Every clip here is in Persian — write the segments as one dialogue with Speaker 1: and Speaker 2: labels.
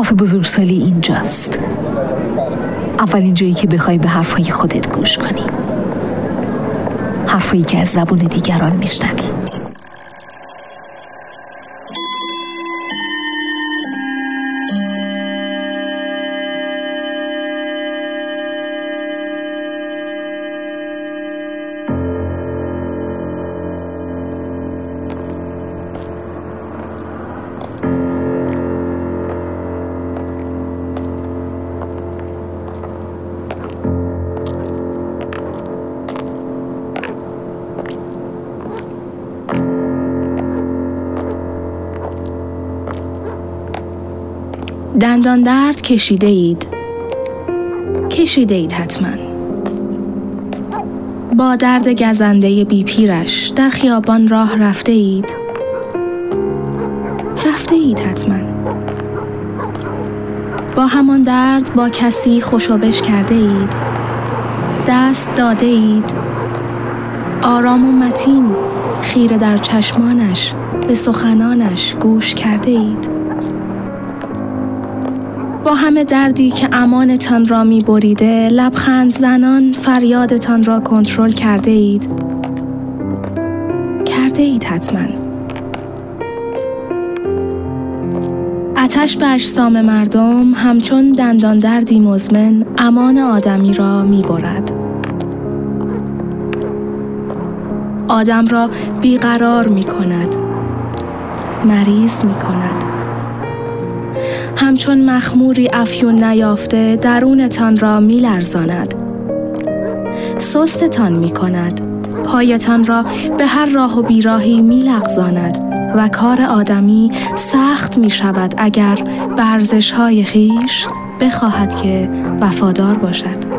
Speaker 1: حرف بزرگسالی اینجاست. اولین جایی که بخوای به حرفهای خودت گوش کنی، حرفایی که از زبون دیگران میشنوی.
Speaker 2: دندان درد کشیده اید حتما. با درد گزنده بی پیرش در خیابان راه رفته اید حتما. با همان درد با کسی خوشوبش کرده اید، دست داده اید، آرام و متین خیره در چشمانش به سخنانش گوش کرده اید. با همه دردی که امانتان را می بریده، لبخند زنان فریادتان را کنترل کرده اید حتما. آتش به اجسام مردم همچون دندان دردی مزمن امان آدمی را می برد. آدم را بیقرار می کند، مریض می کند. همچون مخموری افیون نیافته درونتان را می لرزاند. سستتان می کند. پایتان را به هر راه و بیراهی می لغزاند و کار آدمی سخت می شود اگر به ارزش‌های خویش بخواهد که وفادار باشد.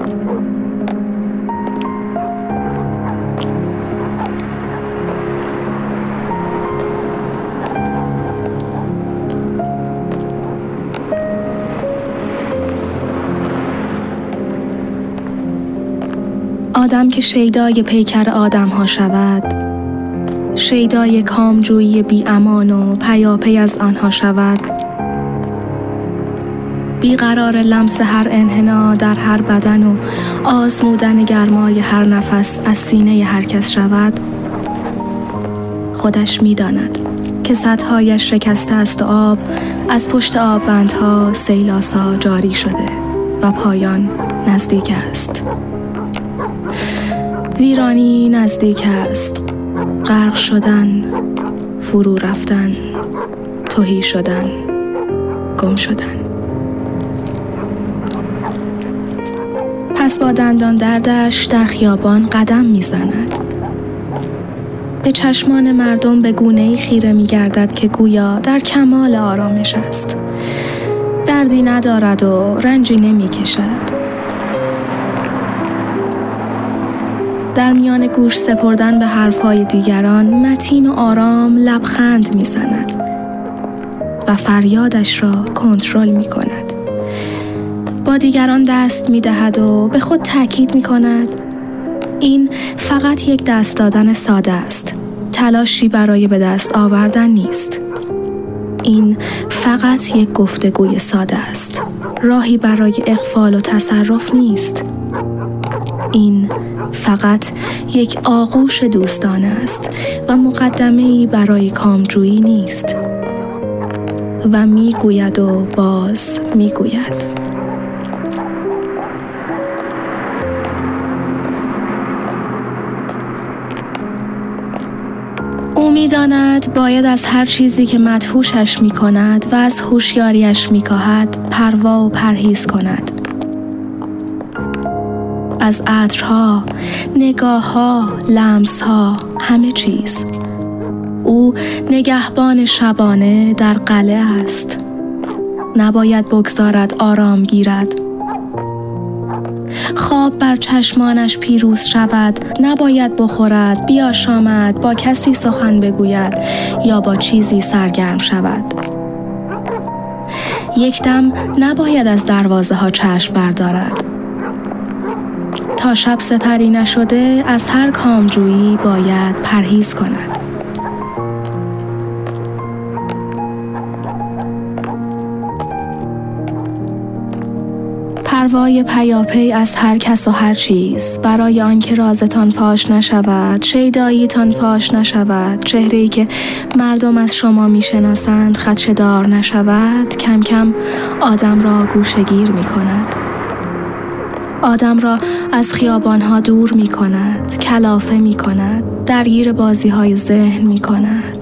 Speaker 2: آدم که شیدای پیکر آدم ها شود، شیدای کامجویی بی امان و پیاپی از آنها شود، بیقرار لمس هر انحنا در هر بدن و آزمودن گرمای هر نفس از سینه هر کس شود، خودش می داند که سدهایش شکسته است و آب از پشت آببندها سیلاسا جاری شده و پایان نزدیک است. ویرانی نزدیک است. غرق شدن، فرو رفتن، تهی شدن، گم شدن. پس با دندان دردش در خیابان قدم می‌زند. به چشمان مردم به گونه‌ای خیره می‌گردد که گویا در کمال آرامش است. دردی ندارد و رنجی نمی‌کشد. در میان گوش سپردن به حرفهای دیگران متین و آرام لبخند می‌زند و فریادش را کنترل می‌کند. با دیگران دست می‌دهد و به خود تأکید می‌کند این فقط یک دست دادن ساده است، تلاشی برای به دست آوردن نیست. این فقط یک گفتگوی ساده است، راهی برای اغفال و تصرف نیست. این فقط یک آغوش دوستانه است و مقدمه‌ای برای کامجویی نیست. و میگوید و باز میگوید. او می‌داند باید از هر چیزی که مدهوشش می‌کند و از هوشیاریش می‌کاهد پروا و پرهیز کند. از عطرها، نگاه‌ها، لمس‌ها، همه چیز. او نگهبان شبانه در قلعه است. نباید بگذارد آرام گیرد. خواب بر چشمانش پیروز شود، نباید بخورد، بیاشامد، با کسی سخن بگوید یا با چیزی سرگرم شود. یک دم نباید از دروازه ها چشم بردارد. تا شب سپری نشده از هر کامجویی باید پرهیز کند. پروای پیاپی از هر کس و هر چیز، برای آنکه رازتان فاش نشود، شیداییتان فاش نشود، چهره‌ای که مردم از شما میشناسند خدشه‌دار نشود، کم کم آدم را گوشه‌گیر می‌کند. آدم را از خیابانها دور می‌کند، کلافه می‌کند، درگیر بازی‌های ذهن می‌کند.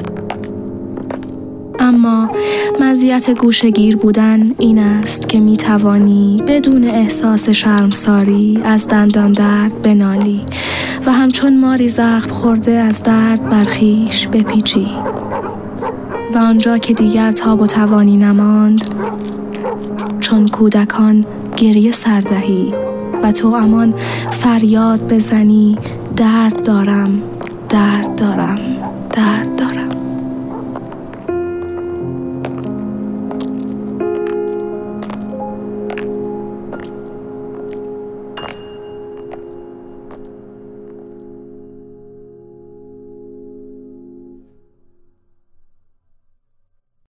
Speaker 2: اما مزیت گوشه‌گیر بودن این است که می‌توانی بدون احساس شرمساری از دندان درد بنالی و همچون ماری زخم خورده از درد بر خویش بپیچی و آنجا که دیگر تاب و توانی نماند، چون کودکان گریه سردهی و تو امان فریاد بزنی درد دارم، درد دارم.